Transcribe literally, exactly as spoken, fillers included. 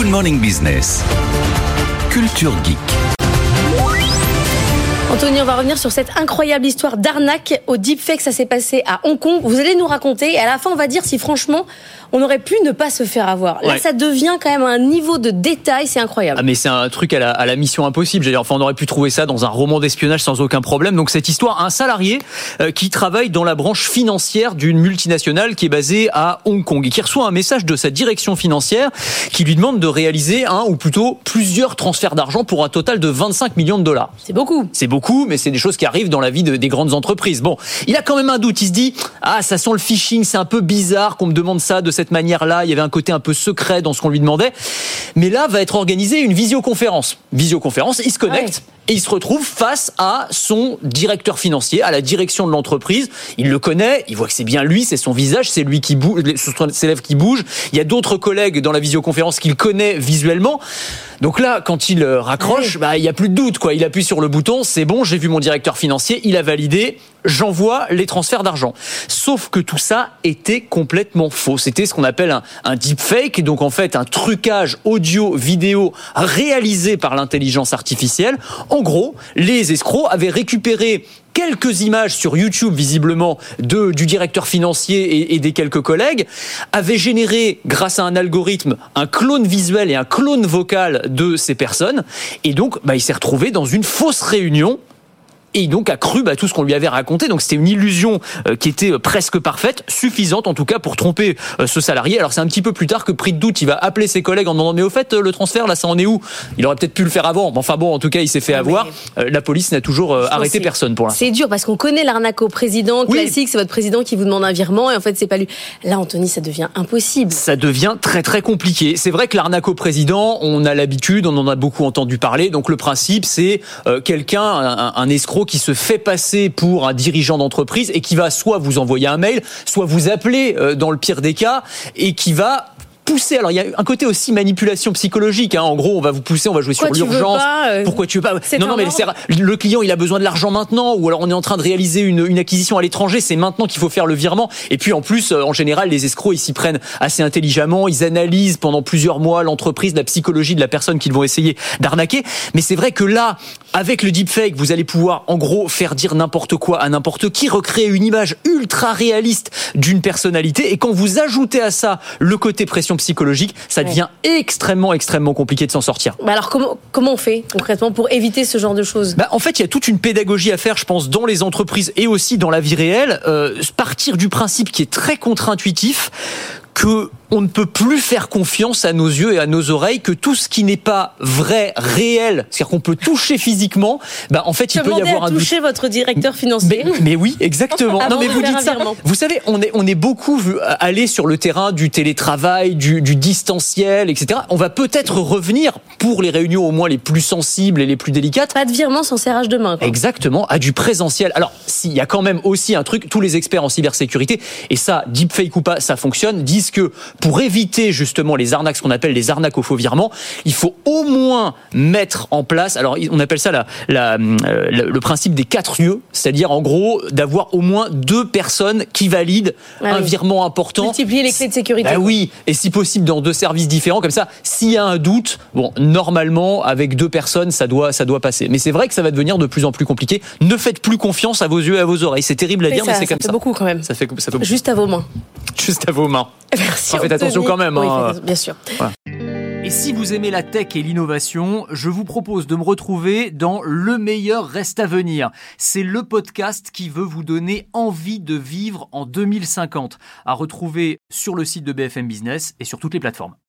Good Morning Business. Culture Geek. Anthony, on va revenir sur cette incroyable histoire d'arnaque au deepfake. Ça s'est passé à Hong Kong. Vous allez nous raconter et à la fin, on va dire si franchement, on aurait pu ne pas se faire avoir. Là, ouais. Ça devient quand même un niveau de détail, c'est incroyable. Ah mais c'est un truc à la, à la mission impossible. J'allais dire, enfin, on aurait pu trouver ça dans un roman d'espionnage sans aucun problème. Donc cette histoire, un salarié euh, qui travaille dans la branche financière d'une multinationale qui est basée à Hong Kong et qui reçoit un message de sa direction financière qui lui demande de réaliser un ou plutôt plusieurs transferts d'argent pour un total de vingt-cinq millions de dollars. C'est beaucoup. C'est beaucoup, mais c'est des choses qui arrivent dans la vie de, des grandes entreprises. Bon, il a quand même un doute. Il se dit, ah, ça sent le phishing, c'est un peu bizarre qu'on me demande ça de cette manière-là. Il y avait un côté un peu secret dans ce qu'on lui demandait. Mais là, va être organisée une visioconférence. Visioconférence, il se connecte. Ouais. Et il se retrouve face à son directeur financier, à la direction de l'entreprise. Il le connaît, il voit que c'est bien lui, c'est son visage, c'est lui qui bouge, ses lèvres qui bougent. Il y a d'autres collègues dans la visioconférence qu'il connaît visuellement. Donc là, quand il raccroche, ouais. bah, il n'y a plus de doute, quoi. Il appuie sur le bouton, c'est bon, j'ai vu mon directeur financier, il a validé, j'envoie les transferts d'argent. Sauf que tout ça était complètement faux. C'était ce qu'on appelle un, un deepfake, donc en fait un trucage audio-vidéo réalisé par l'intelligence artificielle. En gros, les escrocs avaient récupéré quelques images sur YouTube, visiblement, de, du directeur financier et, et des quelques collègues, avaient généré, grâce à un algorithme, un clone visuel et un clone vocal de ces personnes. Et donc, bah, il s'est retrouvé dans une fausse réunion. Et donc a cru bah, tout ce qu'on lui avait raconté. Donc c'était une illusion euh, qui était euh, presque parfaite, suffisante en tout cas pour tromper euh, ce salarié. Alors c'est un petit peu plus tard que, pris de doute, il va appeler ses collègues en demandant mais au fait euh, le transfert là ça en est où ? Il aurait peut-être pu le faire avant. Enfin bon, en tout cas il s'est fait avoir. Euh, la police n'a toujours euh, arrêté personne pour l'instant. C'est dur parce qu'on connaît l'arnaque au président classique. Oui. C'est votre président qui vous demande un virement et en fait c'est pas lui. Là Anthony, ça devient impossible. Ça devient très très compliqué. C'est vrai que l'arnaque au président, on a l'habitude, on en a beaucoup entendu parler. Donc le principe c'est euh, quelqu'un, un, un escroc qui se fait passer pour un dirigeant d'entreprise et qui va soit vous envoyer un mail, soit vous appeler euh, dans le pire des cas et qui va pousser. Alors il y a un côté aussi manipulation psychologique. Hein. En gros, on va vous pousser, on va jouer Pourquoi sur l'urgence. Pas, euh... Pourquoi tu veux pas Non, non, mais le, le client, il a besoin de l'argent maintenant, ou alors on est en train de réaliser une, une acquisition à l'étranger. C'est maintenant qu'il faut faire le virement. Et puis en plus, euh, en général, les escrocs, ils s'y prennent assez intelligemment. Ils analysent pendant plusieurs mois l'entreprise, la psychologie de la personne qu'ils vont essayer d'arnaquer. Mais c'est vrai que là, avec le deepfake, vous allez pouvoir, en gros, faire dire n'importe quoi à n'importe qui, recréer une image ultra réaliste d'une personnalité. Et quand vous ajoutez à ça le côté pression psychologique, ça devient ouais. extrêmement, extrêmement compliqué de s'en sortir. Bah alors, comment, comment on fait concrètement pour éviter ce genre de choses ? Bah, en fait, il y a toute une pédagogie à faire, je pense, dans les entreprises et aussi dans la vie réelle. Euh, partir du principe qui est très contre-intuitif, que on ne peut plus faire confiance à nos yeux et à nos oreilles, que tout ce qui n'est pas vrai, réel, c'est-à-dire qu'on peut toucher physiquement, bah en fait il peut y avoir à un doute. toucher votre directeur financier. Mais, mais oui, exactement. Non mais vous dites ça. Vous savez, on est on est beaucoup allé sur le terrain du télétravail, du, du distanciel, et cetera. On va peut-être revenir pour les réunions au moins les plus sensibles et les plus délicates. Pas de virement sans serrage de main. Quoi. Exactement, à du présentiel. Alors, s'il y a quand même aussi un truc, tous les experts en cybersécurité, et ça, deepfake ou pas, ça fonctionne, disent que pour éviter justement les arnaques, ce qu'on appelle les arnaques au faux virement, il faut au moins mettre en place, alors on appelle ça la, la, euh, le principe des quatre lieux, c'est-à-dire en gros d'avoir au moins deux personnes qui valident ah un oui. virement important. Multiplier les clés de sécurité. Bah oui, et si possible dans deux services différents, comme ça, s'il y a un doute, bon, normalement avec deux personnes, ça doit, ça doit passer. Mais c'est vrai que ça va devenir de plus en plus compliqué. Ne faites plus confiance à vos yeux et à vos oreilles. C'est terrible à mais dire, ça, mais c'est ça comme fait ça. Beaucoup quand même. Ça fait, ça fait beaucoup. Juste à vos mains. Juste à vos mains. Merci. Enfin, faites attention quand même. Oui, hein. bien sûr. Voilà. Et si vous aimez la tech et l'innovation, je vous propose de me retrouver dans Le meilleur reste à venir. C'est le podcast qui veut vous donner envie de vivre en deux mille cinquante. À retrouver sur le site de B F M Business et sur toutes les plateformes.